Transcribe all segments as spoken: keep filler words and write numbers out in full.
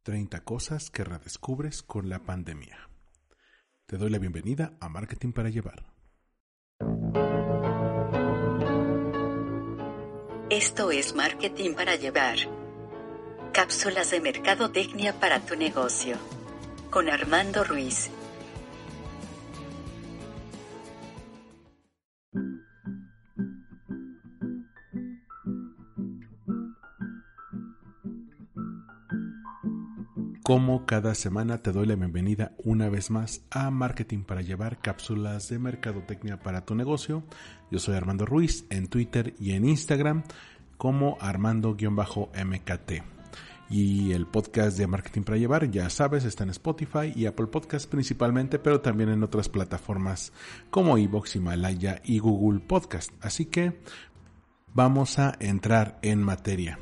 treinta cosas que redescubres con la pandemia. Te doy la bienvenida a Marketing para Llevar. Esto es Marketing para Llevar. Cápsulas de mercadotecnia para tu negocio. Con Armando Ruiz. Como cada semana te doy la bienvenida una vez más a Marketing para Llevar, cápsulas de mercadotecnia para tu negocio. Yo soy Armando Ruiz en Twitter y en Instagram como Armando-M K T. Y el podcast de Marketing para Llevar, ya sabes, está en Spotify y Apple Podcast principalmente, pero también en otras plataformas como iVoox, Himalaya y Google Podcast. Así que vamos a entrar en materia.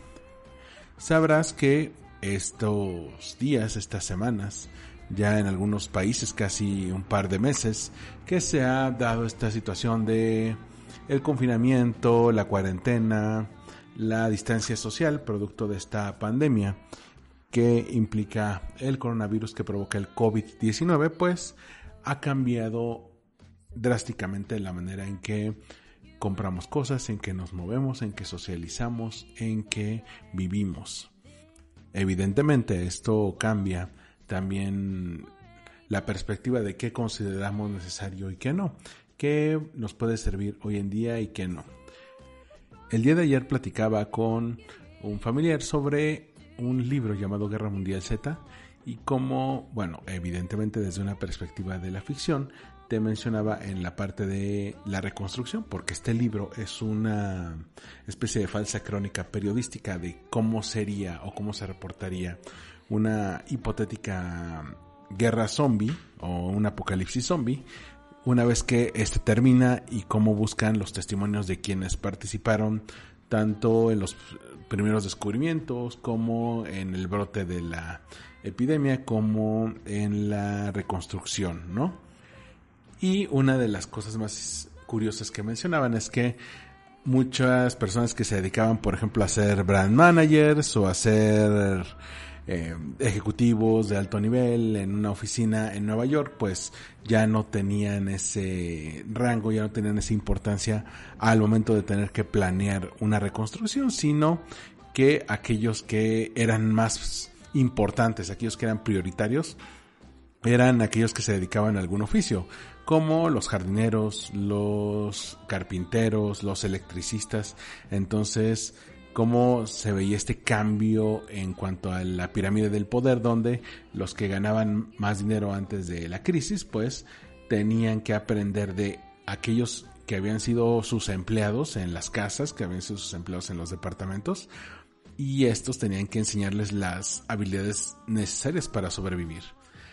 Sabrás que estos días, estas semanas, ya en algunos países casi un par de meses, que se ha dado esta situación de el confinamiento, la cuarentena, la distancia social producto de esta pandemia que implica el coronavirus que provoca el covid diecinueve, pues ha cambiado drásticamente la manera en que compramos cosas, en que nos movemos, en que socializamos, en que vivimos. Evidentemente esto cambia también la perspectiva de qué consideramos necesario y qué no, qué nos puede servir hoy en día y qué no. El día de ayer platicaba con un familiar sobre un libro llamado Guerra Mundial Z y cómo, bueno, evidentemente desde una perspectiva de la ficción, te mencionaba en la parte de la reconstrucción, porque este libro es una especie de falsa crónica periodística de cómo sería o cómo se reportaría una hipotética guerra zombie o un apocalipsis zombie una vez que este termina, y cómo buscan los testimonios de quienes participaron tanto en los primeros descubrimientos como en el brote de la epidemia como en la reconstrucción, ¿no? Y una de las cosas más curiosas que mencionaban es que muchas personas que se dedicaban, por ejemplo, a ser brand managers o a ser eh, ejecutivos de alto nivel en una oficina en Nueva York, pues ya no tenían ese rango, ya no tenían esa importancia al momento de tener que planear una reconstrucción, sino que aquellos que eran más importantes, aquellos que eran prioritarios, eran aquellos que se dedicaban a algún oficio, como los jardineros, los carpinteros, los electricistas. Entonces, cómo se veía este cambio en cuanto a la pirámide del poder, donde los que ganaban más dinero antes de la crisis, pues tenían que aprender de aquellos que habían sido sus empleados en las casas, que habían sido sus empleados en los departamentos, y estos tenían que enseñarles las habilidades necesarias para sobrevivir.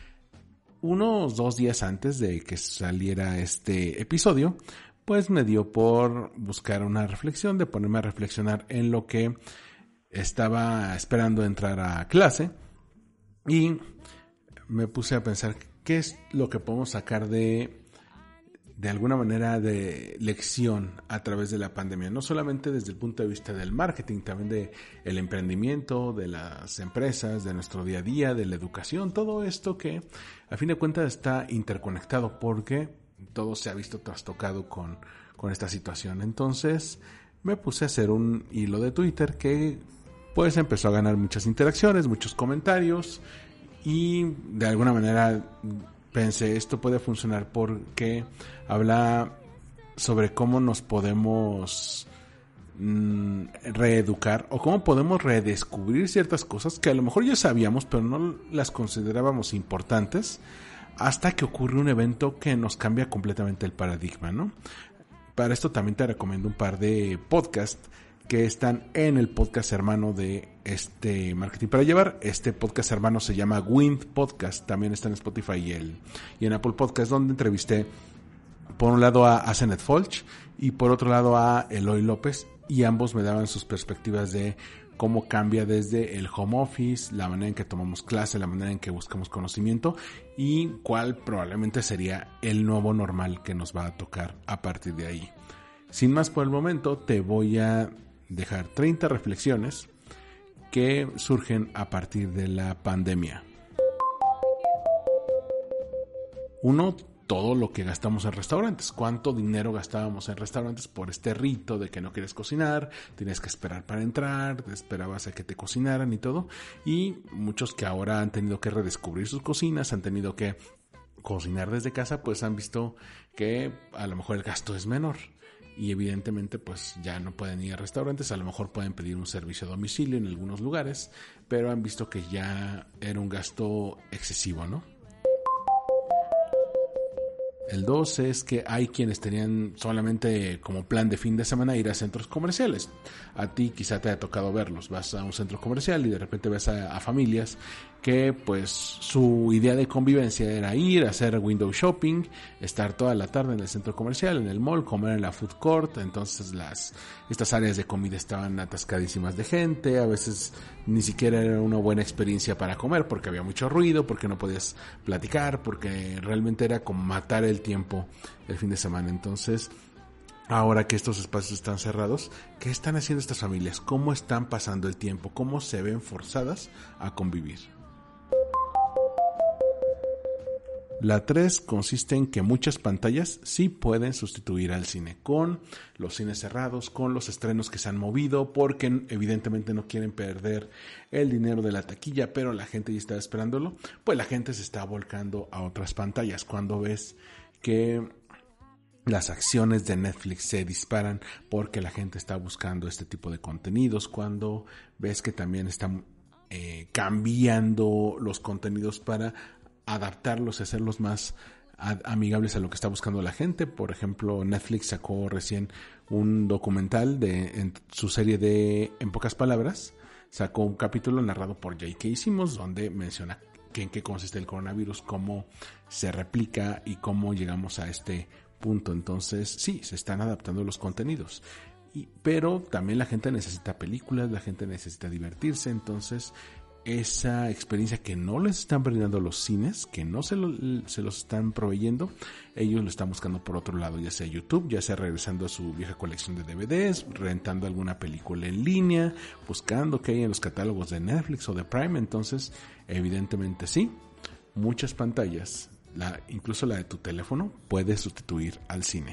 Unos dos días antes de que saliera este episodio, pues me dio por buscar una reflexión, de ponerme a reflexionar en lo que estaba esperando entrar a clase, y me puse a pensar qué es lo que podemos sacar de de alguna manera de lección a través de la pandemia, no solamente desde el punto de vista del marketing, también de el emprendimiento, de las empresas, de nuestro día a día, de la educación, todo esto que a fin de cuentas está interconectado porque todo se ha visto trastocado con, con esta situación. Entonces me puse a hacer un hilo de Twitter que pues empezó a ganar muchas interacciones, muchos comentarios, y de alguna manera pensé, esto puede funcionar porque habla sobre cómo nos podemos mm, reeducar o cómo podemos redescubrir ciertas cosas que a lo mejor ya sabíamos pero no las considerábamos importantes hasta que ocurre un evento que nos cambia completamente el paradigma, ¿no? Para esto también te recomiendo un par de podcasts que están en el podcast hermano de este Marketing para Llevar. Este podcast hermano se llama Wind Podcast, también está en Spotify y, el, y en Apple Podcast, donde entrevisté por un lado a Asenet Folch y por otro lado a Eloy López, y ambos me daban sus perspectivas de cómo cambia desde el home office, la manera en que tomamos clase, la manera en que buscamos conocimiento y cuál probablemente sería el nuevo normal que nos va a tocar a partir de ahí. Sin más por el momento, te voy a dejar treinta reflexiones que surgen a partir de la pandemia. Uno, todo lo que gastamos en restaurantes. ¿Cuánto dinero gastábamos en restaurantes por este rito de que no quieres cocinar? Tienes que esperar para entrar, te esperabas a que te cocinaran y todo. Y muchos que ahora han tenido que redescubrir sus cocinas, han tenido que cocinar desde casa, pues han visto que a lo mejor el gasto es menor. Y evidentemente pues ya no pueden ir a restaurantes, a lo mejor pueden pedir un servicio a domicilio en algunos lugares, pero han visto que ya era un gasto excesivo, ¿no? El dos es que hay quienes tenían solamente como plan de fin de semana ir a centros comerciales. A ti quizá te haya tocado verlos. Vas a un centro comercial y de repente ves a, a familias que pues su idea de convivencia era ir a hacer window shopping, estar toda la tarde en el centro comercial, en el mall, comer en la food court. Entonces las estas áreas de comida estaban atascadísimas de gente. A veces ni siquiera era una buena experiencia para comer porque había mucho ruido, porque no podías platicar, porque realmente era como matar el tiempo el fin de semana. Entonces, ahora que estos espacios están cerrados, ¿qué están haciendo estas familias? ¿Cómo están pasando el tiempo? ¿Cómo se ven forzadas a convivir? La tres consiste en que muchas pantallas sí pueden sustituir al cine, con los cines cerrados, con los estrenos que se han movido, porque evidentemente no quieren perder el dinero de la taquilla, pero la gente ya está esperándolo, pues la gente se está volcando a otras pantallas. Cuando ves que las acciones de Netflix se disparan porque la gente está buscando este tipo de contenidos, cuando ves que también están eh, cambiando los contenidos para adaptarlos y hacerlos más amigables a lo que está buscando la gente. Por ejemplo, Netflix sacó recién un documental de en su serie de En pocas palabras, sacó un capítulo narrado por J K. Simmons donde menciona que en qué consiste el coronavirus, cómo se replica y cómo llegamos a este punto. Entonces, sí, se están adaptando los contenidos. Y, pero también la gente necesita películas, la gente necesita divertirse. Entonces, esa experiencia que no les están brindando los cines, que no se, lo, se los están proveyendo, ellos lo están buscando por otro lado, ya sea YouTube, ya sea regresando a su vieja colección de D V Ds, rentando alguna película en línea, buscando qué hay en los catálogos de Netflix o de Prime. Entonces, evidentemente sí, muchas pantallas, la, incluso la de tu teléfono, puede sustituir al cine.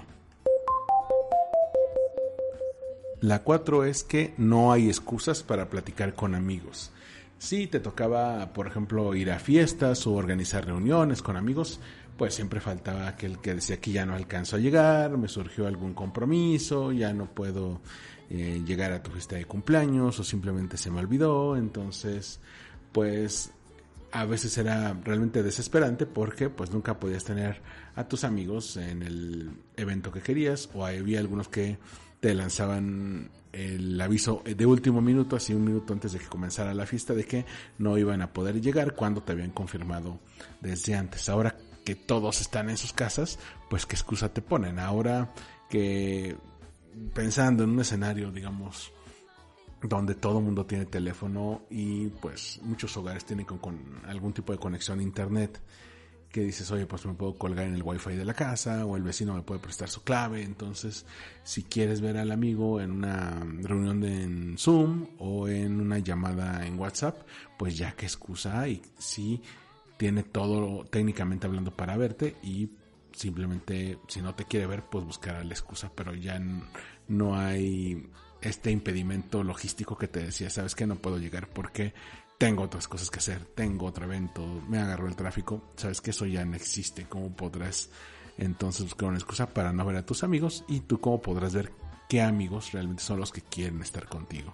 La cuatro es que no hay excusas para platicar con amigos. Si te tocaba, por ejemplo, ir a fiestas o organizar reuniones con amigos, pues siempre faltaba aquel que decía que ya no alcanzo a llegar, me surgió algún compromiso, ya no puedo eh, llegar a tu fiesta de cumpleaños o simplemente se me olvidó. Entonces, pues a veces era realmente desesperante porque pues nunca podías tener a tus amigos en el evento que querías, o había algunos que te lanzaban el aviso de último minuto, así un minuto antes de que comenzara la fiesta, de que no iban a poder llegar cuando te habían confirmado desde antes. Ahora que todos están en sus casas, pues qué excusa te ponen. Ahora que pensando en un escenario, digamos, donde todo el mundo tiene teléfono y pues muchos hogares tienen con, con algún tipo de conexión a internet, que dices, oye, pues me puedo colgar en el wifi de la casa, o el vecino me puede prestar su clave. Entonces, si quieres ver al amigo en una reunión de, en Zoom o en una llamada en WhatsApp, pues ya qué excusa hay. Si tiene todo técnicamente hablando para verte, y simplemente si no te quiere ver, pues buscará la excusa, pero ya no hay este impedimento logístico que te decía, sabes que no puedo llegar porque tengo otras cosas que hacer, tengo otro evento, me agarró el tráfico. Sabes que eso ya no existe. ¿Cómo podrás entonces buscar una excusa para no ver a tus amigos? Y tú cómo podrás ver qué amigos realmente son los que quieren estar contigo.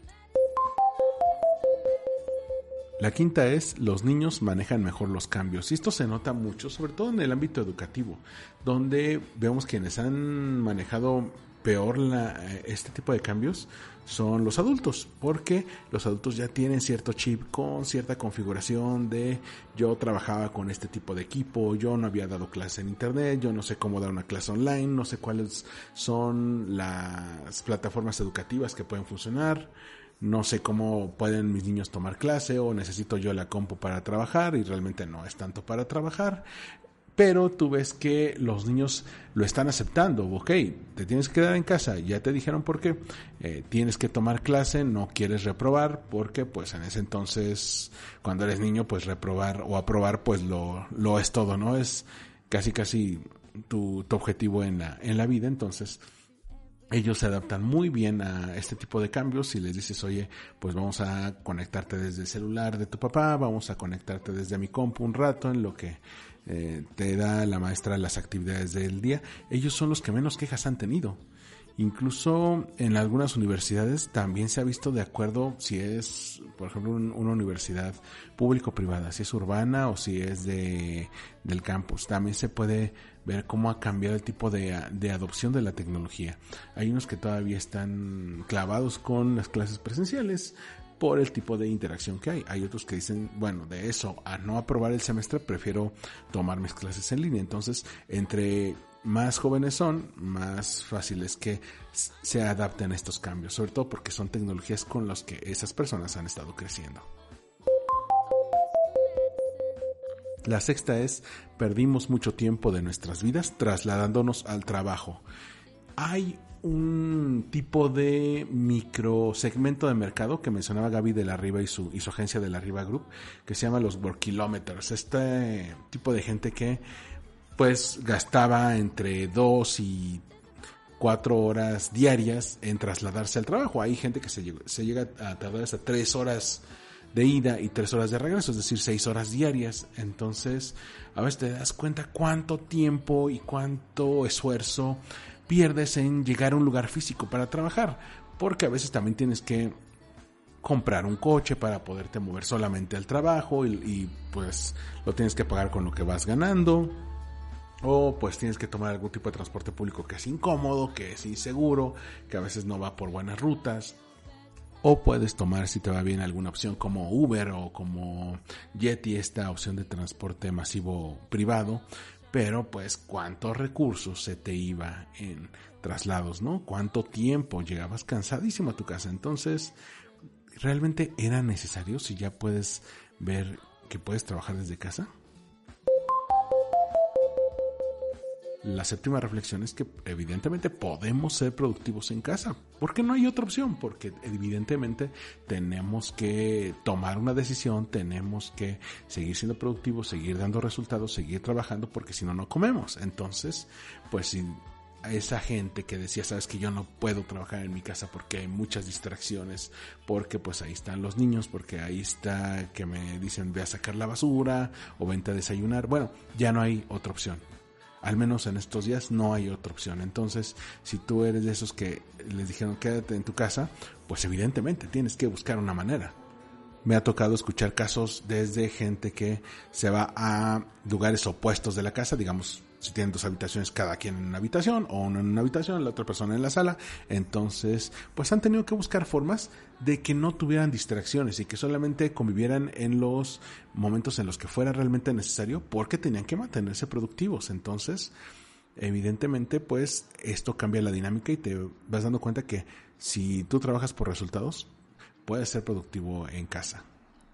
La quinta es, los niños manejan mejor los cambios. Y esto se nota mucho, sobre todo en el ámbito educativo, donde vemos quienes han manejado peor la, este tipo de cambios son los adultos, porque los adultos ya tienen cierto chip con cierta configuración de yo trabajaba con este tipo de equipo, yo no había dado clase en internet, yo no sé cómo dar una clase online, no sé cuáles son las plataformas educativas que pueden funcionar, no sé cómo pueden mis niños tomar clase, o necesito yo la compu para trabajar y realmente no es tanto para trabajar. pero tú ves que los niños lo están aceptando. Ok, te tienes que quedar en casa, ya te dijeron por qué, eh, tienes que tomar clase, no quieres reprobar, porque pues en ese entonces, cuando eres niño, pues reprobar o aprobar, pues lo, lo es todo, ¿no? Es casi casi tu, tu objetivo en la, en la vida. Entonces ellos se adaptan muy bien a este tipo de cambios. Si les dices, oye, pues vamos a conectarte desde el celular de tu papá, vamos a conectarte desde mi compu un rato en lo que eh, te da la maestra las actividades del día, ellos son los que menos quejas han tenido. Incluso en algunas universidades también se ha visto de acuerdo si es, por ejemplo, un, una universidad público-privada, si es urbana o si es de del campus. También se puede ver cómo ha cambiado el tipo de, de adopción de la tecnología. Hay unos que todavía están clavados con las clases presenciales por el tipo de interacción que hay. Hay otros que dicen, bueno, de eso a no aprobar el semestre, prefiero tomar mis clases en línea. Entonces, entre más jóvenes son, más fácil es que se adapten a estos cambios, sobre todo porque son tecnologías con las que esas personas han estado creciendo. La sexta es, perdimos mucho tiempo de nuestras vidas trasladándonos al trabajo. Hay un tipo de microsegmento de mercado que mencionaba Gaby de la Riva y su, y su agencia de la Riva Group, que se llama los work kilometers. Este tipo de gente que pues gastaba entre dos y cuatro horas diarias en trasladarse al trabajo. Hay gente que se llega, se llega a tardar hasta tres horas de ida y tres horas de regreso, es decir, seis horas diarias. Entonces, a veces te das cuenta cuánto tiempo y cuánto esfuerzo pierdes en llegar a un lugar físico para trabajar, porque a veces también tienes que comprar un coche para poderte mover solamente al trabajo y, y pues lo tienes que pagar con lo que vas ganando. O pues tienes que tomar algún tipo de transporte público que es incómodo, que es inseguro, que a veces no va por buenas rutas. O puedes tomar, si te va bien, alguna opción como Uber o como Yeti, esta opción de transporte masivo privado. Pero pues cuántos recursos se te iba en traslados, ¿no? Cuánto tiempo, llegabas cansadísimo a tu casa. Entonces, ¿realmente era necesario si ya puedes ver que puedes trabajar desde casa? La séptima reflexión es que evidentemente podemos ser productivos en casa, porque no hay otra opción, porque evidentemente tenemos que tomar una decisión, tenemos que seguir siendo productivos, seguir dando resultados, seguir trabajando, porque si no, no comemos. Entonces, pues si a esa gente que decía, sabes que yo no puedo trabajar en mi casa porque hay muchas distracciones, porque pues ahí están los niños, porque ahí está que me dicen ve a sacar la basura o vente a desayunar, bueno, ya no hay otra opción. Al menos en estos días no hay otra opción. Entonces, si tú eres de esos que les dijeron quédate en tu casa, pues evidentemente tienes que buscar una manera. Me ha tocado escuchar casos desde gente que se va a lugares opuestos de la casa, digamos, si tienen dos habitaciones, cada quien en una habitación, o uno en una habitación, la otra persona en la sala. Entonces, pues han tenido que buscar formas de que no tuvieran distracciones y que solamente convivieran en los momentos en los que fuera realmente necesario, porque tenían que mantenerse productivos. Entonces, evidentemente, pues esto cambia la dinámica y te vas dando cuenta que si tú trabajas por resultados, puedes ser productivo en casa.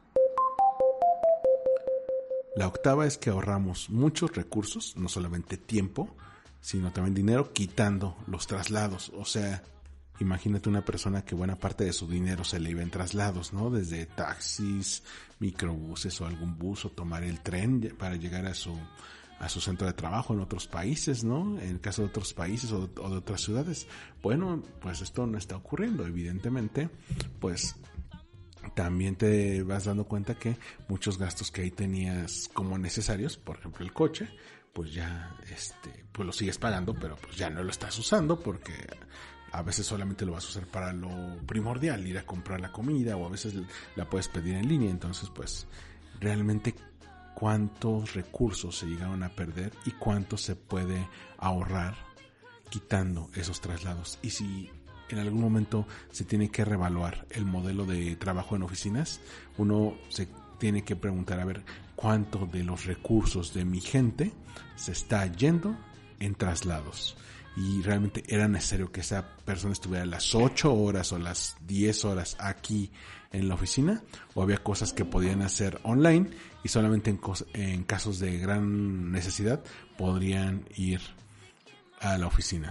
La octava es que ahorramos muchos recursos, no solamente tiempo, sino también dinero, quitando los traslados. O sea, imagínate una persona que buena parte de su dinero se le iba en traslados, ¿no? Desde taxis, microbuses o algún bus, o tomar el tren para llegar a su a su centro de trabajo en otros países, ¿no? En el caso de otros países o de, o de otras ciudades. Bueno, pues esto no está ocurriendo, evidentemente, pues también te vas dando cuenta que muchos gastos que ahí tenías como necesarios, por ejemplo el coche, pues ya este pues lo sigues pagando, pero pues ya no lo estás usando porque a veces solamente lo vas a usar para lo primordial, ir a comprar la comida, o a veces la puedes pedir en línea. Entonces pues realmente cuántos recursos se llegaron a perder y cuánto se puede ahorrar quitando esos traslados. Y si en algún momento se tiene que reevaluar el modelo de trabajo en oficinas, uno se tiene que preguntar a ver cuánto de los recursos de mi gente se está yendo en traslados. y realmente era necesario que esa persona estuviera las ocho horas o las diez horas aquí en la oficina, o había cosas que podían hacer online y solamente en, cos- en casos de gran necesidad podrían ir a la oficina.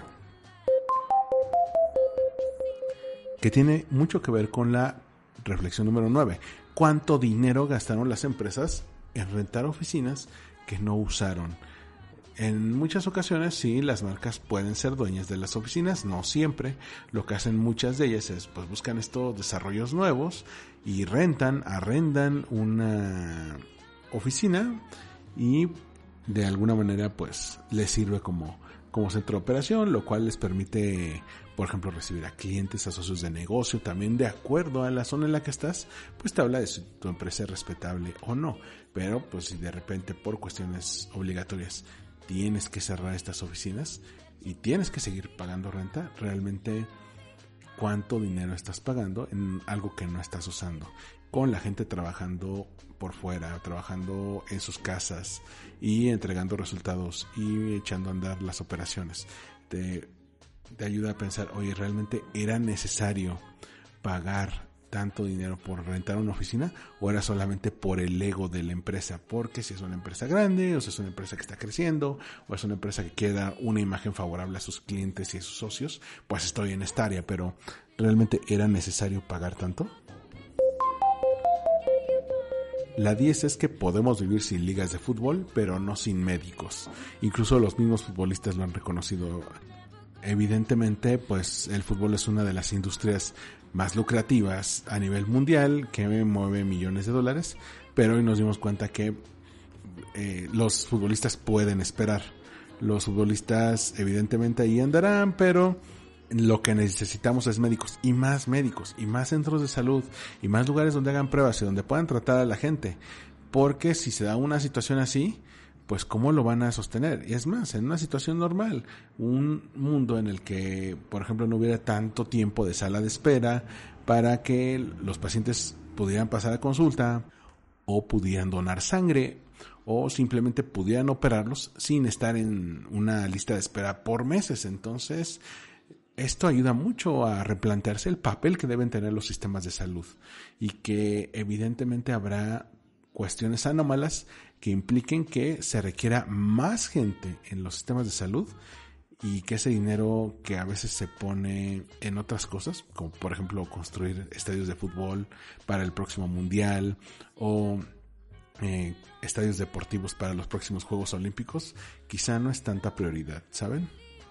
Que tiene mucho que ver con la reflexión número nueve. ¿Cuánto dinero gastaron las empresas en rentar oficinas que no usaron? En muchas ocasiones sí, las marcas pueden ser dueñas de las oficinas, no siempre. Lo que hacen muchas de ellas es pues buscan estos desarrollos nuevos y rentan, arrendan una oficina y de alguna manera pues les sirve como, como centro de operación, lo cual les permite, por ejemplo, recibir a clientes, a socios de negocio, también de acuerdo a la zona en la que estás, pues te habla de si tu empresa es respetable o no. Pero pues si de repente por cuestiones obligatorias tienes que cerrar estas oficinas y tienes que seguir pagando renta, realmente cuánto dinero estás pagando en algo que no estás usando, con la gente trabajando por fuera, trabajando en sus casas y entregando resultados y echando a andar las operaciones. Te, te ayuda a pensar, oye, ¿realmente era necesario pagar tanto dinero por rentar una oficina o era solamente por el ego de la empresa? Porque si es una empresa grande o si es una empresa que está creciendo o es una empresa que quiere dar una imagen favorable a sus clientes y a sus socios, pues estoy en esta área, pero ¿realmente era necesario pagar tanto? La diez es que podemos vivir sin ligas de fútbol, pero no sin médicos. Incluso los mismos futbolistas lo han reconocido. Evidentemente, pues el fútbol es una de las industrias más lucrativas a nivel mundial, que mueve millones de dólares, pero hoy nos dimos cuenta que eh, los futbolistas pueden esperar. Los futbolistas evidentemente ahí andarán, pero lo que necesitamos es médicos, y más médicos, y más centros de salud, y más lugares donde hagan pruebas y donde puedan tratar a la gente, porque si se da una situación así, pues ¿cómo lo van a sostener? Y es más, en una situación normal, un mundo en el que, por ejemplo, no hubiera tanto tiempo de sala de espera para que los pacientes pudieran pasar a consulta, o pudieran donar sangre, o simplemente pudieran operarlos sin estar en una lista de espera por meses. Entonces, esto ayuda mucho a replantearse el papel que deben tener los sistemas de salud y que evidentemente habrá cuestiones anómalas que impliquen que se requiera más gente en los sistemas de salud y que ese dinero que a veces se pone en otras cosas, como por ejemplo construir estadios de fútbol para el próximo mundial o eh, estadios deportivos para los próximos Juegos Olímpicos, quizá no es tanta prioridad, ¿saben?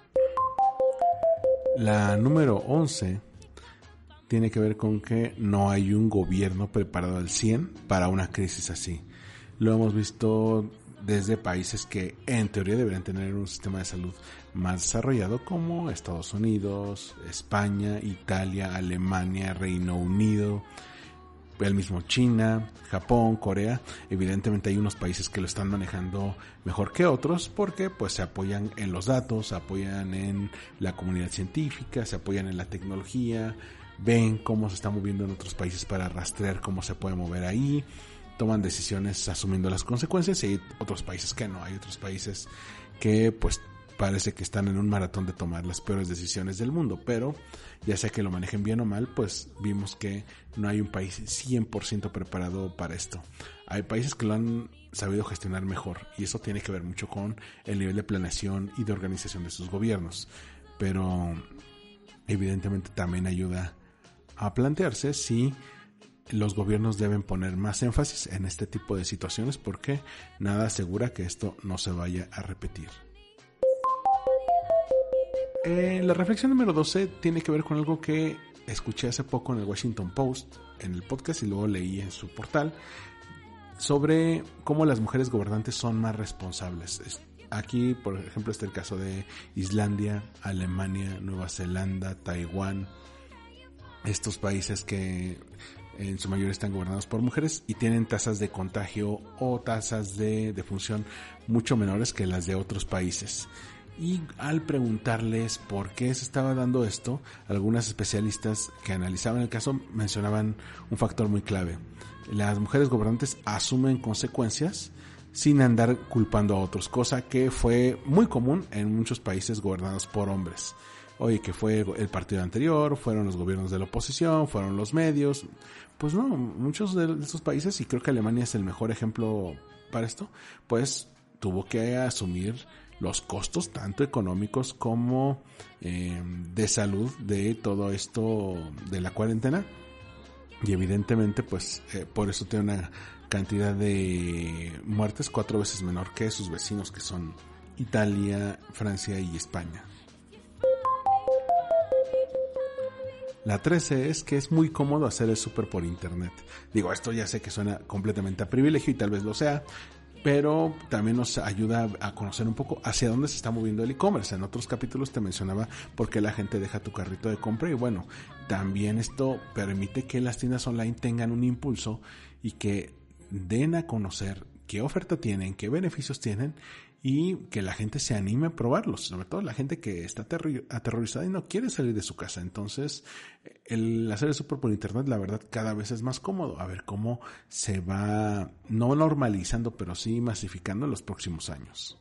La número once tiene que ver con que no hay un gobierno preparado al cien para una crisis así. Lo hemos visto desde países que en teoría deberían tener un sistema de salud más desarrollado, como Estados Unidos, España, Italia, Alemania, Reino Unido, el mismo China, Japón, Corea. Evidentemente hay unos países que lo están manejando mejor que otros porque pues se apoyan en los datos, se apoyan en la comunidad científica, se apoyan en la tecnología, ven cómo se está moviendo en otros países para rastrear cómo se puede mover ahí, toman decisiones asumiendo las consecuencias, y hay otros países que no, hay otros países que pues parece que están en un maratón de tomar las peores decisiones del mundo, pero ya sea que lo manejen bien o mal, pues vimos que no hay un país cien por ciento preparado para esto. Hay países que lo han sabido gestionar mejor y eso tiene que ver mucho con el nivel de planeación y de organización de sus gobiernos, pero evidentemente también ayuda a plantearse si los gobiernos deben poner más énfasis en este tipo de situaciones, porque nada asegura que esto no se vaya a repetir. Eh, la reflexión número doce tiene que ver con algo que escuché hace poco en el Washington Post, en el podcast, y luego leí en su portal, sobre cómo las mujeres gobernantes son más responsables. Aquí, por ejemplo, está el caso de Islandia, Alemania, Nueva Zelanda, Taiwán, estos países que en su mayoría están gobernados por mujeres y tienen tasas de contagio o tasas de defunción mucho menores que las de otros países. Y al preguntarles por qué se estaba dando esto, algunas especialistas que analizaban el caso mencionaban un factor muy clave. Las mujeres gobernantes asumen consecuencias sin andar culpando a otros, cosa que fue muy común en muchos países gobernados por hombres. Oye, que fue el partido anterior, fueron los gobiernos de la oposición, fueron los medios. Pues no, muchos de esos países, y creo que Alemania es el mejor ejemplo para esto, pues tuvo que asumir los costos tanto económicos como eh, de salud de todo esto de la cuarentena. Y evidentemente, pues eh, por eso tiene una cantidad de muertes cuatro veces menor que sus vecinos, que son Italia, Francia y España. La trece es que es muy cómodo hacer el súper por internet. Digo, esto ya sé que suena completamente a privilegio y tal vez lo sea, pero también nos ayuda a conocer un poco hacia dónde se está moviendo el e-commerce. En otros capítulos te mencionaba por qué la gente deja tu carrito de compra, y bueno, también esto permite que las tiendas online tengan un impulso y que den a conocer qué oferta tienen, qué beneficios tienen, y que la gente se anime a probarlos, sobre todo la gente que está aterri- aterrorizada y no quiere salir de su casa. Entonces, el hacer el súper por internet, la verdad, cada vez es más cómodo. A ver cómo se va, no normalizando, pero sí masificando en los próximos años.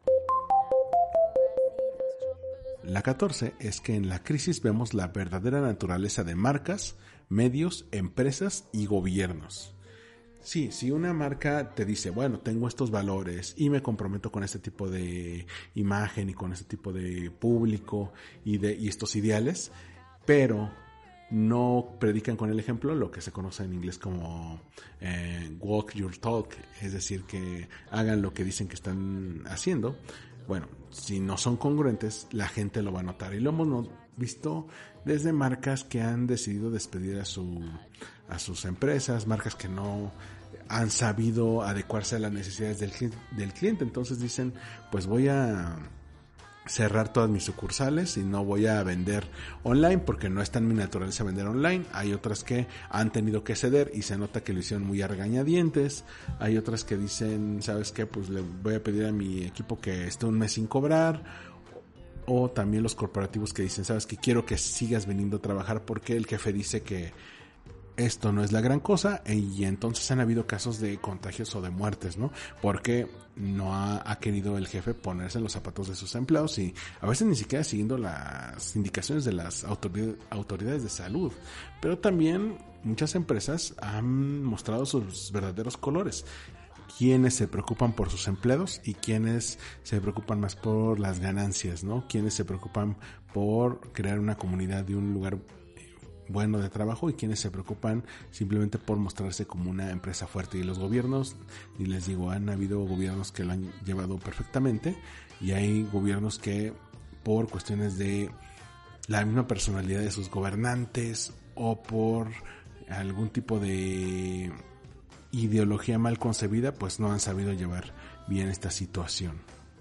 La catorce es que en la crisis vemos la verdadera naturaleza de marcas, medios, empresas y gobiernos. Sí, si una marca te dice, bueno, tengo estos valores y me comprometo con este tipo de imagen y con este tipo de público y de y estos ideales, pero no predican con el ejemplo, lo que se conoce en inglés como eh, walk your talk, es decir, que hagan lo que dicen que están haciendo. Bueno, si no son congruentes, la gente lo va a notar, y lo hemos visto desde marcas que han decidido despedir a su a sus empresas, marcas que no han sabido adecuarse a las necesidades del, del cliente. Entonces dicen, pues voy a cerrar todas mis sucursales y no voy a vender online porque no está en mi naturaleza vender online. Hay otras que han tenido que ceder y se nota que lo hicieron muy a regañadientes. Hay otras que dicen, ¿sabes qué? Pues le voy a pedir a mi equipo que esté un mes sin cobrar. O también los corporativos que dicen, ¿sabes qué? Quiero que sigas viniendo a trabajar porque el jefe dice que esto no es la gran cosa, y entonces han habido casos de contagios o de muertes, ¿no? Porque no ha, ha querido el jefe ponerse en los zapatos de sus empleados, y a veces ni siquiera siguiendo las indicaciones de las autoridades, autoridades de salud. Pero también muchas empresas han mostrado sus verdaderos colores. Quienes se preocupan por sus empleados y quienes se preocupan más por las ganancias, ¿no? Quienes se preocupan por crear una comunidad de un lugar bueno de trabajo, y quienes se preocupan simplemente por mostrarse como una empresa fuerte. Y los gobiernos, y les digo, han habido gobiernos que lo han llevado perfectamente, y hay gobiernos que por cuestiones de la misma personalidad de sus gobernantes o por algún tipo de ideología mal concebida, pues no han sabido llevar bien esta situación.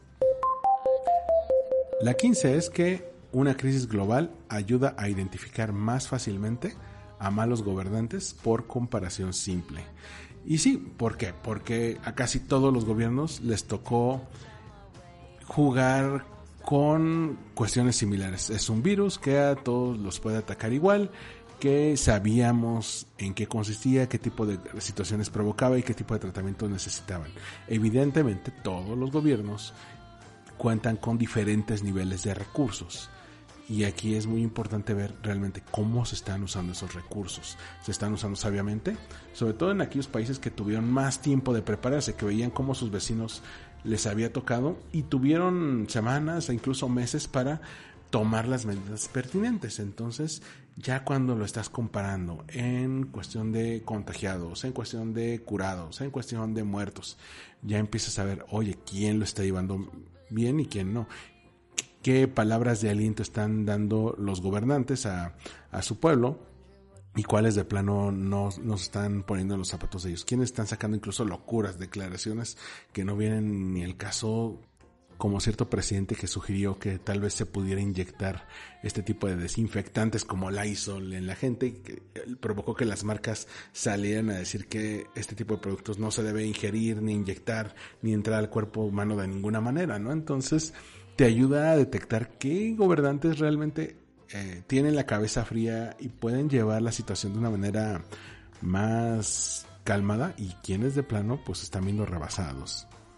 La quince es que una crisis global ayuda a identificar más fácilmente a malos gobernantes por comparación simple. Y sí, ¿por qué? Porque a casi todos los gobiernos les tocó jugar con cuestiones similares. Es un virus que a todos los puede atacar igual, que sabíamos en qué consistía, qué tipo de situaciones provocaba y qué tipo de tratamientos necesitaban. Evidentemente, todos los gobiernos cuentan con diferentes niveles de recursos. Y aquí es muy importante ver realmente cómo se están usando esos recursos. Se están usando sabiamente, sobre todo en aquellos países que tuvieron más tiempo de prepararse, que veían cómo sus vecinos les había tocado y tuvieron semanas e incluso meses para tomar las medidas pertinentes. Entonces, ya cuando lo estás comparando en cuestión de contagiados, en cuestión de curados, en cuestión de muertos, ya empiezas a ver, oye, quién lo está llevando bien y quién no. Qué palabras de aliento están dando los gobernantes a, a su pueblo y cuáles de plano no nos están poniendo en los zapatos de ellos. Quiénes están sacando incluso locuras, declaraciones que no vienen ni el caso, como cierto presidente que sugirió que tal vez se pudiera inyectar este tipo de desinfectantes como Lysol en la gente, y que provocó que las marcas salieran a decir que este tipo de productos no se debe ingerir, ni inyectar, ni entrar al cuerpo humano de ninguna manera, ¿no? Entonces te ayuda a detectar qué gobernantes realmente eh, tienen la cabeza fría y pueden llevar la situación de una manera más calmada, y quienes de plano pues están viendo rebasados.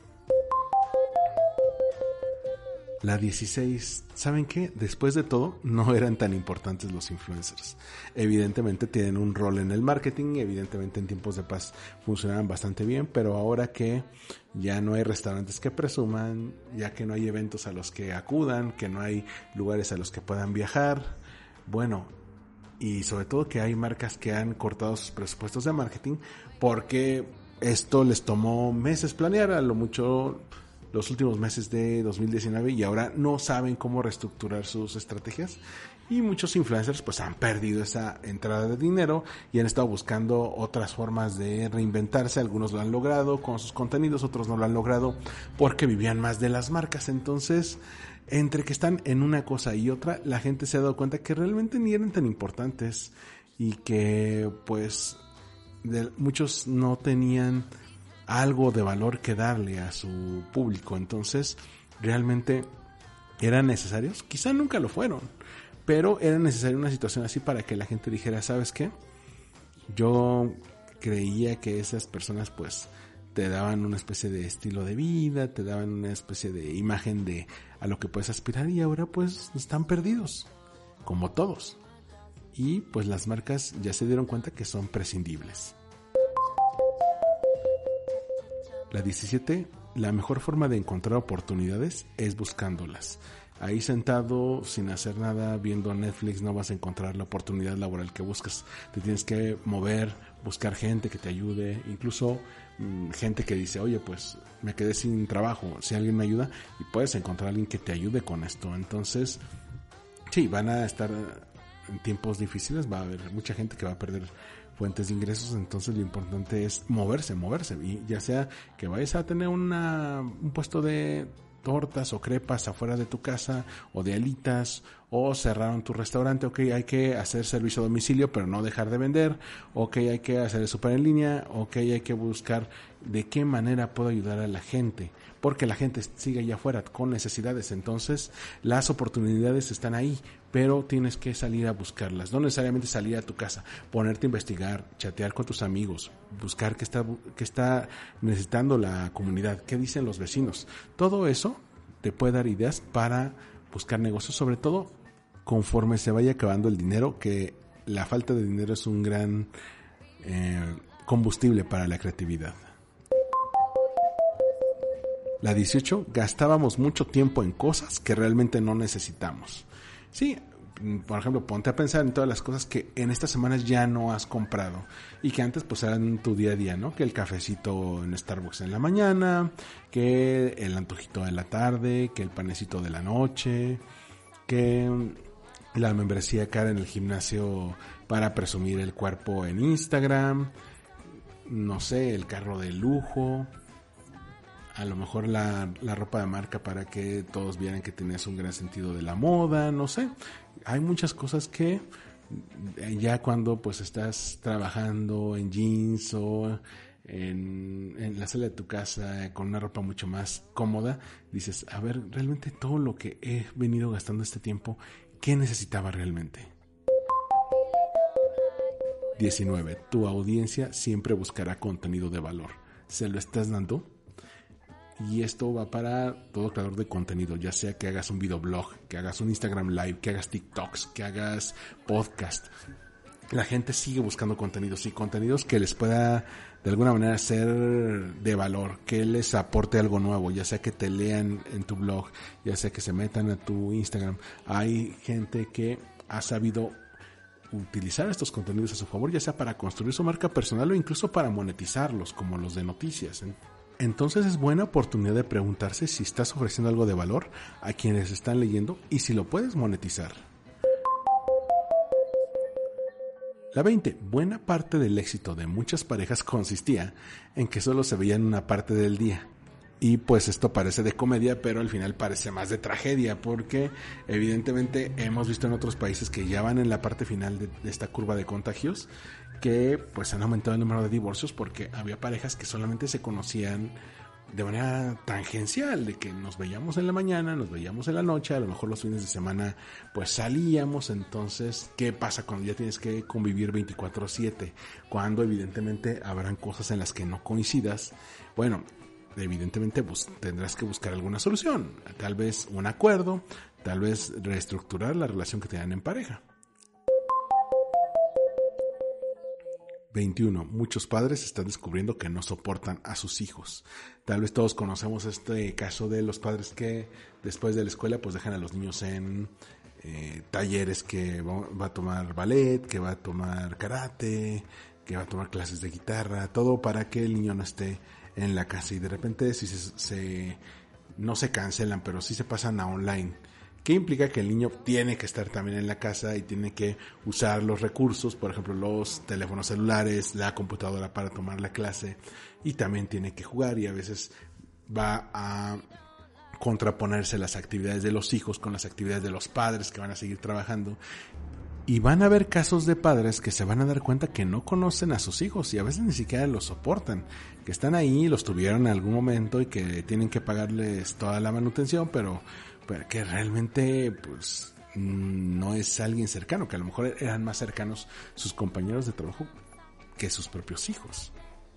La dieciséis, ¿saben qué? Después de todo, no eran tan importantes los influencers. Evidentemente tienen un rol en el marketing, evidentemente en tiempos de paz funcionaban bastante bien, pero ahora que ya no hay restaurantes que presuman, ya que no hay eventos a los que acudan, que no hay lugares a los que puedan viajar, bueno, y sobre todo que hay marcas que han cortado sus presupuestos de marketing porque esto les tomó meses planear, a lo mucho los últimos meses de dos mil diecinueve, y ahora no saben cómo reestructurar sus estrategias, y muchos influencers pues han perdido esa entrada de dinero y han estado buscando otras formas de reinventarse. Algunos lo han logrado con sus contenidos, otros no lo han logrado porque vivían más de las marcas. Entonces, entre que están en una cosa y otra, la gente se ha dado cuenta que realmente ni eran tan importantes y que pues de, muchos no tenían algo de valor que darle a su público. Entonces, realmente eran necesarios, quizá nunca lo fueron, pero era necesaria una situación así para que la gente dijera, ¿sabes qué? Yo creía que esas personas pues te daban una especie de estilo de vida, te daban una especie de imagen de a lo que puedes aspirar, y ahora pues están perdidos, como todos. Y pues las marcas ya se dieron cuenta que son prescindibles. La diecisiete, la mejor forma de encontrar oportunidades es buscándolas. Ahí sentado, sin hacer nada, viendo Netflix, no vas a encontrar la oportunidad laboral que buscas. Te tienes que mover, buscar gente que te ayude, incluso mmm, gente que dice, oye, pues me quedé sin trabajo, si alguien me ayuda, y puedes encontrar a alguien que te ayude con esto. Entonces, sí, van a estar en tiempos difíciles, va a haber mucha gente que va a perder fuentes de ingresos, entonces lo importante es moverse, moverse, y ya sea que vayas a tener una, un puesto de tortas o crepas afuera de tu casa, o de alitas, o cerraron tu restaurante, ok, hay que hacer servicio a domicilio pero no dejar de vender, ok, hay que hacer el súper en línea, ok, hay que buscar de qué manera puedo ayudar a la gente, porque la gente sigue allá afuera con necesidades. Entonces las oportunidades están ahí, pero tienes que salir a buscarlas, no necesariamente salir a tu casa, ponerte a investigar, chatear con tus amigos, buscar qué está, qué está necesitando la comunidad, qué dicen los vecinos. Todo eso te puede dar ideas para buscar negocios, sobre todo conforme se vaya acabando el dinero, que la falta de dinero es un gran eh, combustible para la creatividad. La dieciocho, gastábamos mucho tiempo en cosas que realmente no necesitamos. Sí, por ejemplo, ponte a pensar en todas las cosas que en estas semanas ya no has comprado y que antes pues eran tu día a día, ¿no? Que el cafecito en Starbucks en la mañana, que el antojito de la tarde, que el panecito de la noche, que la membresía cara en el gimnasio para presumir el cuerpo en Instagram, no sé, el carro de lujo, a lo mejor la, la ropa de marca para que todos vieran que tenías un gran sentido de la moda, no sé. Hay muchas cosas que ya cuando pues estás trabajando en jeans o en, en la sala de tu casa con una ropa mucho más cómoda, dices, a ver, realmente todo lo que he venido gastando este tiempo, ¿qué necesitaba realmente? diecinueve. Tu audiencia siempre buscará contenido de valor. ¿Se lo estás dando? Y esto va para todo creador de contenido, ya sea que hagas un videoblog, que hagas un Instagram Live, que hagas TikToks, que hagas podcast. La gente sigue buscando contenidos y contenidos que les pueda de alguna manera ser de valor, que les aporte algo nuevo, ya sea que te lean en tu blog, ya sea que se metan a tu Instagram. Hay gente que ha sabido utilizar estos contenidos a su favor, ya sea para construir su marca personal o incluso para monetizarlos, como los de noticias. Entonces es buena oportunidad de preguntarse si estás ofreciendo algo de valor a quienes están leyendo y si lo puedes monetizar. La veinte. Buena parte del éxito de muchas parejas consistía en que solo se veían una parte del día. Y pues esto parece de comedia, pero al final parece más de tragedia, porque evidentemente hemos visto en otros países que ya van en la parte final de, de esta curva de contagios, que pues han aumentado el número de divorcios porque había parejas que solamente se conocían de manera tangencial, de que nos veíamos en la mañana, nos veíamos en la noche, a lo mejor los fines de semana pues salíamos. Entonces, ¿qué pasa cuando ya tienes que convivir veinticuatro siete? Cuando evidentemente habrán cosas en las que no coincidas. Bueno, evidentemente pues, tendrás que buscar alguna solución, tal vez un acuerdo, tal vez reestructurar la relación que tengan en pareja. veintiuno. Muchos padres están descubriendo que no soportan a sus hijos. Tal vez todos conocemos este caso de los padres que después de la escuela pues dejan a los niños en eh, talleres que va, va a tomar ballet, que va a tomar karate, que va a tomar clases de guitarra, todo para que el niño no esté en la casa. Y de repente si se, se no se cancelan, pero sí se pasan a online. ¿Qué implica? Que el niño tiene que estar también en la casa y tiene que usar los recursos, por ejemplo, los teléfonos celulares, la computadora para tomar la clase, y también tiene que jugar, y a veces va a contraponerse las actividades de los hijos con las actividades de los padres que van a seguir trabajando. Y van a haber casos de padres que se van a dar cuenta que no conocen a sus hijos y a veces ni siquiera los soportan, que están ahí, los tuvieron en algún momento y que tienen que pagarles toda la manutención, pero, pero que realmente pues no es alguien cercano, que a lo mejor eran más cercanos sus compañeros de trabajo que sus propios hijos.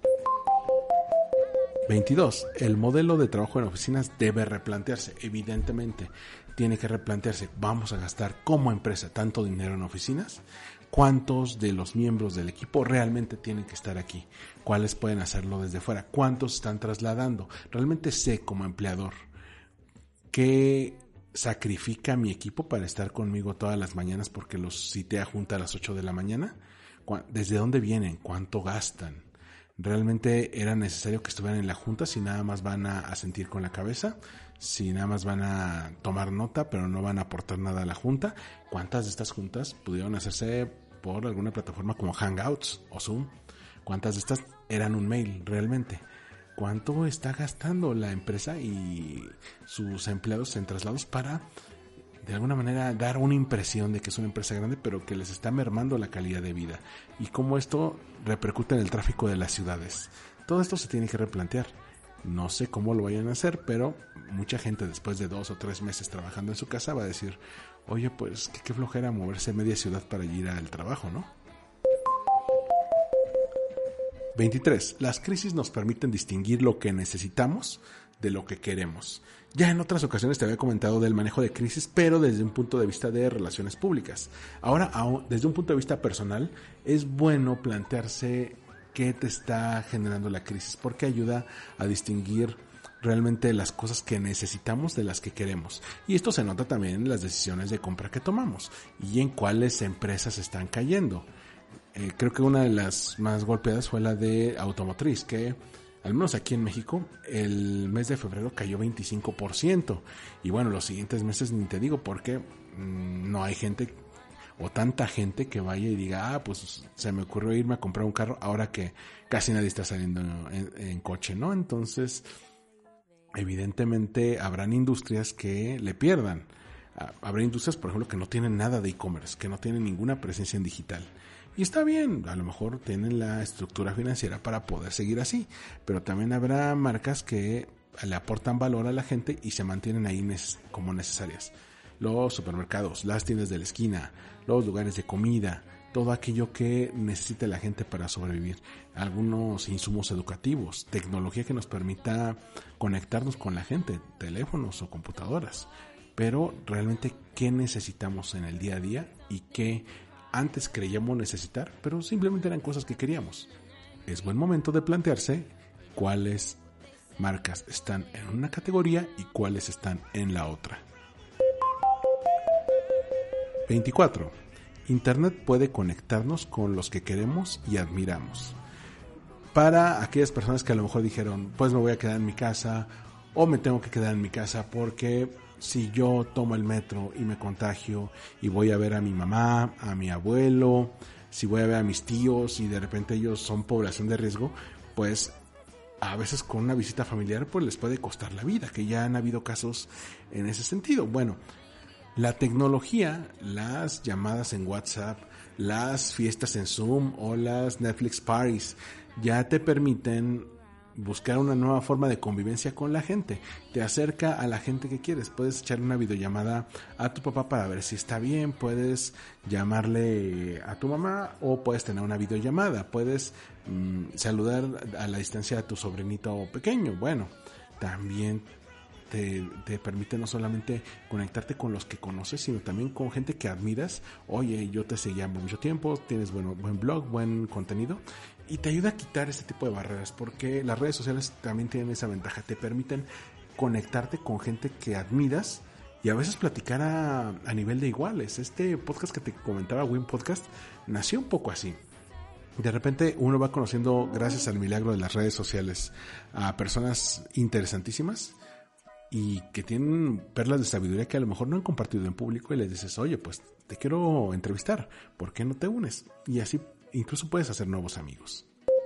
veintidós. El modelo de trabajo en oficinas debe replantearse, evidentemente. Tiene que replantearse, ¿vamos a gastar como empresa tanto dinero en oficinas? ¿Cuántos de los miembros del equipo realmente tienen que estar aquí? ¿Cuáles pueden hacerlo desde fuera? ¿Cuántos están trasladando? Realmente sé como empleador qué sacrifica mi equipo para estar conmigo todas las mañanas porque los cité a junta a las ocho de la mañana. ¿Desde dónde vienen? ¿Cuánto gastan? ¿Realmente era necesario que estuvieran en la junta si nada más van a asentir con la cabeza? Si nada más van a tomar nota pero no van a aportar nada a la junta. ¿Cuántas de estas juntas pudieron hacerse por alguna plataforma como Hangouts o Zoom? ¿Cuántas de estas eran un mail realmente? ¿Cuánto está gastando la empresa y sus empleados en traslados para de alguna manera dar una impresión de que es una empresa grande pero que les está mermando la calidad de vida? Y cómo esto repercute en el tráfico de las ciudades. Todo esto se tiene que replantear. No sé cómo lo vayan a hacer, pero mucha gente después de dos o tres meses trabajando en su casa va a decir, oye, pues qué, qué flojera moverse media ciudad para ir al trabajo, ¿no? veintitrés. Las crisis nos permiten distinguir lo que necesitamos de lo que queremos. Ya en otras ocasiones te había comentado del manejo de crisis, pero desde un punto de vista de relaciones públicas. Ahora, desde un punto de vista personal, es bueno plantearse qué te está generando la crisis, porque ayuda a distinguir realmente las cosas que necesitamos de las que queremos. Y esto se nota también en las decisiones de compra que tomamos y en cuáles empresas están cayendo. Eh, creo que una de las más golpeadas fue la de automotriz, que al menos aquí en México, el mes de febrero cayó veinticinco por ciento. Y bueno, los siguientes meses ni te digo porque mmm, no hay gente o tanta gente que vaya y diga, ah, pues se me ocurrió irme a comprar un carro ahora que casi nadie está saliendo en, en coche, ¿no? Entonces, evidentemente habrán industrias que le pierdan. Habrá industrias, por ejemplo, que no tienen nada de e-commerce, que no tienen ninguna presencia en digital. Y está bien, a lo mejor tienen la estructura financiera para poder seguir así, pero también habrá marcas que le aportan valor a la gente y se mantienen ahí nes- como necesarias. Los supermercados, las tiendas de la esquina, los lugares de comida, todo aquello que necesite la gente para sobrevivir. Algunos insumos educativos, tecnología que nos permita conectarnos con la gente, teléfonos o computadoras. Pero realmente, ¿qué necesitamos en el día a día y qué antes creíamos necesitar, pero simplemente eran cosas que queríamos? Es buen momento de plantearse cuáles marcas están en una categoría y cuáles están en la otra. veinticuatro. Internet puede conectarnos con los que queremos y admiramos. Para aquellas personas que a lo mejor dijeron, pues me voy a quedar en mi casa o me tengo que quedar en mi casa porque si yo tomo el metro y me contagio y voy a ver a mi mamá, a mi abuelo, si voy a ver a mis tíos y de repente ellos son población de riesgo, pues a veces con una visita familiar pues les puede costar la vida, que ya han habido casos en ese sentido. Bueno, la tecnología, las llamadas en WhatsApp, las fiestas en Zoom o las Netflix parties ya te permiten buscar una nueva forma de convivencia con la gente. Te acerca a la gente que quieres. Puedes echarle una videollamada a tu papá para ver si está bien. Puedes llamarle a tu mamá o puedes tener una videollamada. Puedes mmm, saludar a la distancia a tu sobrinito pequeño. Bueno, también te, te permite no solamente conectarte con los que conoces, sino también con gente que admiras. Oye, yo te seguía por mucho tiempo, tienes bueno, buen blog, buen contenido. Y te ayuda a quitar este tipo de barreras, porque las redes sociales también tienen esa ventaja, te permiten conectarte con gente que admiras y a veces platicar a, a nivel de iguales. Este podcast que te comentaba, Win Podcast, nació un poco así. De repente uno va conociendo, gracias al milagro de las redes sociales, a personas interesantísimas y que tienen perlas de sabiduría que a lo mejor no han compartido en público y les dices, oye, pues te quiero entrevistar, ¿por qué no te unes? Y así incluso puedes hacer nuevos amigos.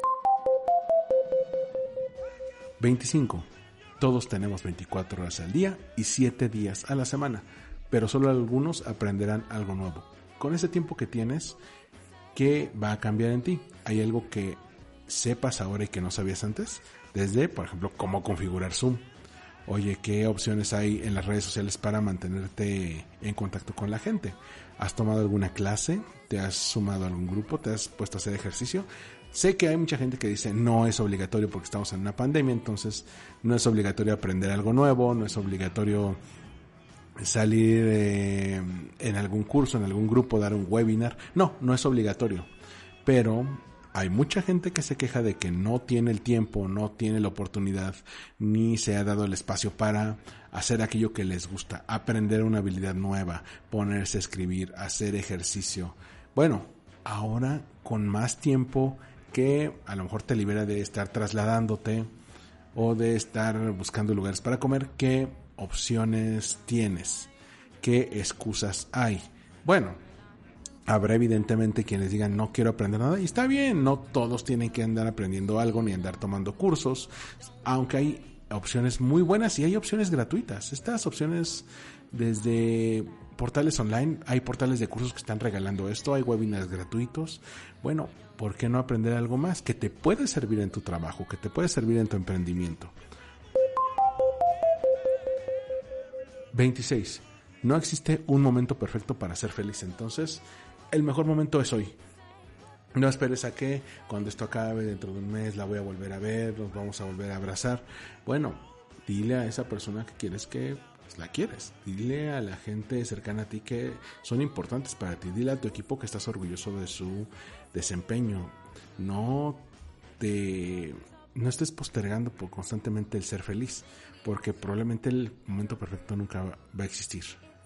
veinticinco. Todos tenemos veinticuatro horas al día y siete días a la semana, pero solo algunos aprenderán algo nuevo. Con ese tiempo que tienes, ¿qué va a cambiar en ti? ¿Hay algo que sepas ahora y que no sabías antes? Desde, por ejemplo, cómo configurar Zoom. Oye, ¿qué opciones hay en las redes sociales para mantenerte en contacto con la gente? ¿Has tomado alguna clase? ¿Te has sumado a algún grupo? ¿Te has puesto a hacer ejercicio? Sé que hay mucha gente que dice no es obligatorio porque estamos en una pandemia, entonces no es obligatorio aprender algo nuevo, no es obligatorio salir eh, en algún curso, en algún grupo, dar un webinar. No, no es obligatorio, pero hay mucha gente que se queja de que no tiene el tiempo, no tiene la oportunidad, ni se ha dado el espacio para hacer aquello que les gusta, aprender una habilidad nueva, ponerse a escribir, hacer ejercicio. Bueno, ahora con más tiempo que a lo mejor te libera de estar trasladándote o de estar buscando lugares para comer, ¿qué opciones tienes? ¿Qué excusas hay? Bueno, habrá evidentemente quienes digan no quiero aprender nada y está bien, no todos tienen que andar aprendiendo algo ni andar tomando cursos, aunque hay opciones muy buenas y hay opciones gratuitas. Estas opciones desde portales online, hay portales de cursos que están regalando esto, hay webinars gratuitos. Bueno, ¿por qué no aprender algo más que te puede servir en tu trabajo, que te puede servir en tu emprendimiento? veintiséis. No existe un momento perfecto para ser feliz, entonces el mejor momento es hoy. No esperes a que cuando esto acabe, dentro de un mes la voy a volver a ver, nos vamos a volver a abrazar. Bueno, dile a esa persona que quieres que pues, la quieres. Dile a la gente cercana a ti que son importantes para ti. Dile a tu equipo que estás orgulloso de su desempeño. No te no estés postergando por constantemente el ser feliz, porque probablemente el momento perfecto nunca va a existir.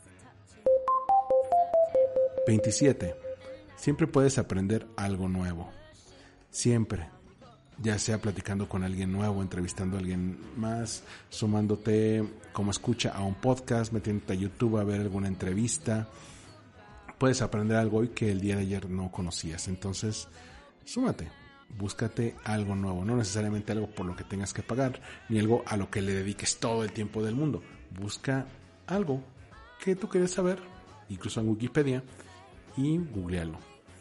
veintisiete. Siempre puedes aprender algo nuevo. Siempre. Ya sea platicando con alguien nuevo, entrevistando a alguien más, sumándote como escucha a un podcast, metiéndote a YouTube a ver alguna entrevista. Puedes aprender algo hoy que el día de ayer no conocías. Entonces, súmate. Búscate algo nuevo. No necesariamente algo por lo que tengas que pagar, ni algo a lo que le dediques todo el tiempo del mundo. Busca algo que tú quieres saber, incluso en Wikipedia, y googlealo.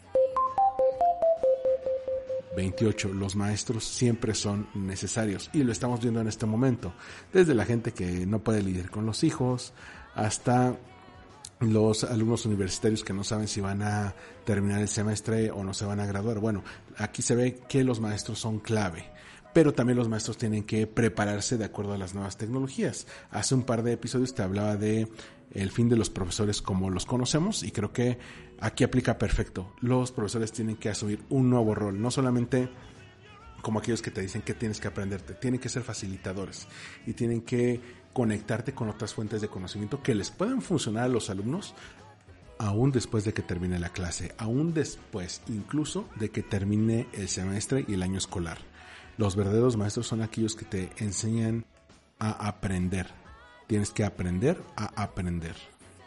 veintiocho. Los maestros siempre son necesarios y lo estamos viendo en este momento. Desde la gente que no puede lidiar con los hijos hasta los alumnos universitarios que no saben si van a terminar el semestre o no se van a graduar. Bueno, aquí se ve que los maestros son clave. Pero también los maestros tienen que prepararse de acuerdo a las nuevas tecnologías. Hace un par de episodios te hablaba de el fin de los profesores como los conocemos y creo que aquí aplica perfecto. Los profesores tienen que asumir un nuevo rol, no solamente como aquellos que te dicen que tienes que aprenderte, tienen que ser facilitadores y tienen que conectarte con otras fuentes de conocimiento que les puedan funcionar a los alumnos aún después de que termine la clase, aún después incluso de que termine el semestre y el año escolar. Los verdaderos maestros son aquellos que te enseñan a aprender. Tienes que aprender a aprender.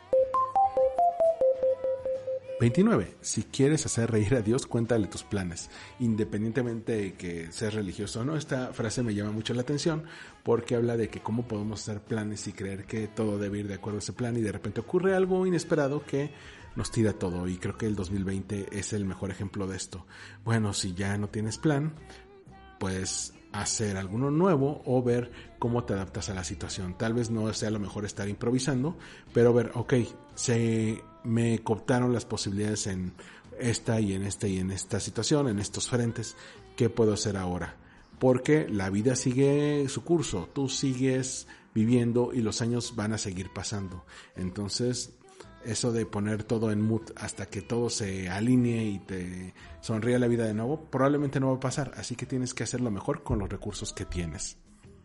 veintinueve. Si quieres hacer reír a Dios, cuéntale tus planes. Independientemente de que seas religioso o no, esta frase me llama mucho la atención porque habla de que cómo podemos hacer planes y creer que todo debe ir de acuerdo a ese plan y de repente ocurre algo inesperado que nos tira todo. Y creo que el dos mil veinte es el mejor ejemplo de esto. Bueno, si ya no tienes plan, pues hacer alguno nuevo o ver cómo te adaptas a la situación. Tal vez no sea lo mejor estar improvisando, pero ver, ok, se me cooptaron las posibilidades en esta y en esta y en esta situación, en estos frentes, ¿qué puedo hacer ahora? Porque la vida sigue su curso, tú sigues viviendo y los años van a seguir pasando. Entonces, eso de poner todo en mood hasta que todo se alinee y te sonríe la vida de nuevo, probablemente no va a pasar, así que tienes que hacerlo mejor con los recursos que tienes.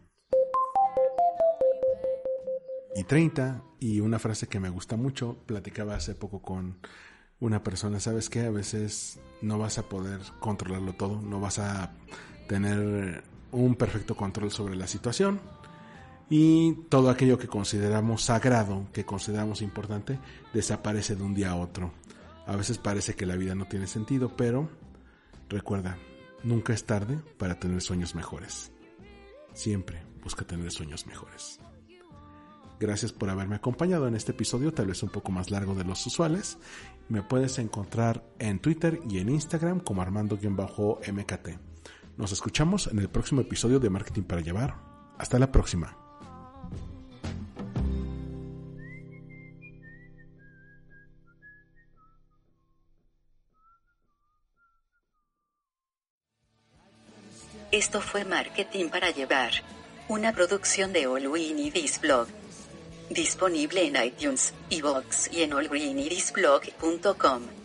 Y treinta, y una frase que me gusta mucho, platicaba hace poco con una persona, ¿sabes qué? A veces no vas a poder controlarlo todo, no vas a tener un perfecto control sobre la situación, y todo aquello que consideramos sagrado, que consideramos importante, desaparece de un día a otro. A veces parece que la vida no tiene sentido, pero recuerda, nunca es tarde para tener sueños mejores. Siempre busca tener sueños mejores. Gracias por haberme acompañado en este episodio, tal vez un poco más largo de los usuales. Me puedes encontrar en Twitter y en Instagram como Armando-M K T. Nos escuchamos en el próximo episodio de Marketing para Llevar. Hasta la próxima. Esto fue Marketing para Llevar, una producción de All We Need Is Blog. Disponible en iTunes, iVoox y en all we need is blog punto com.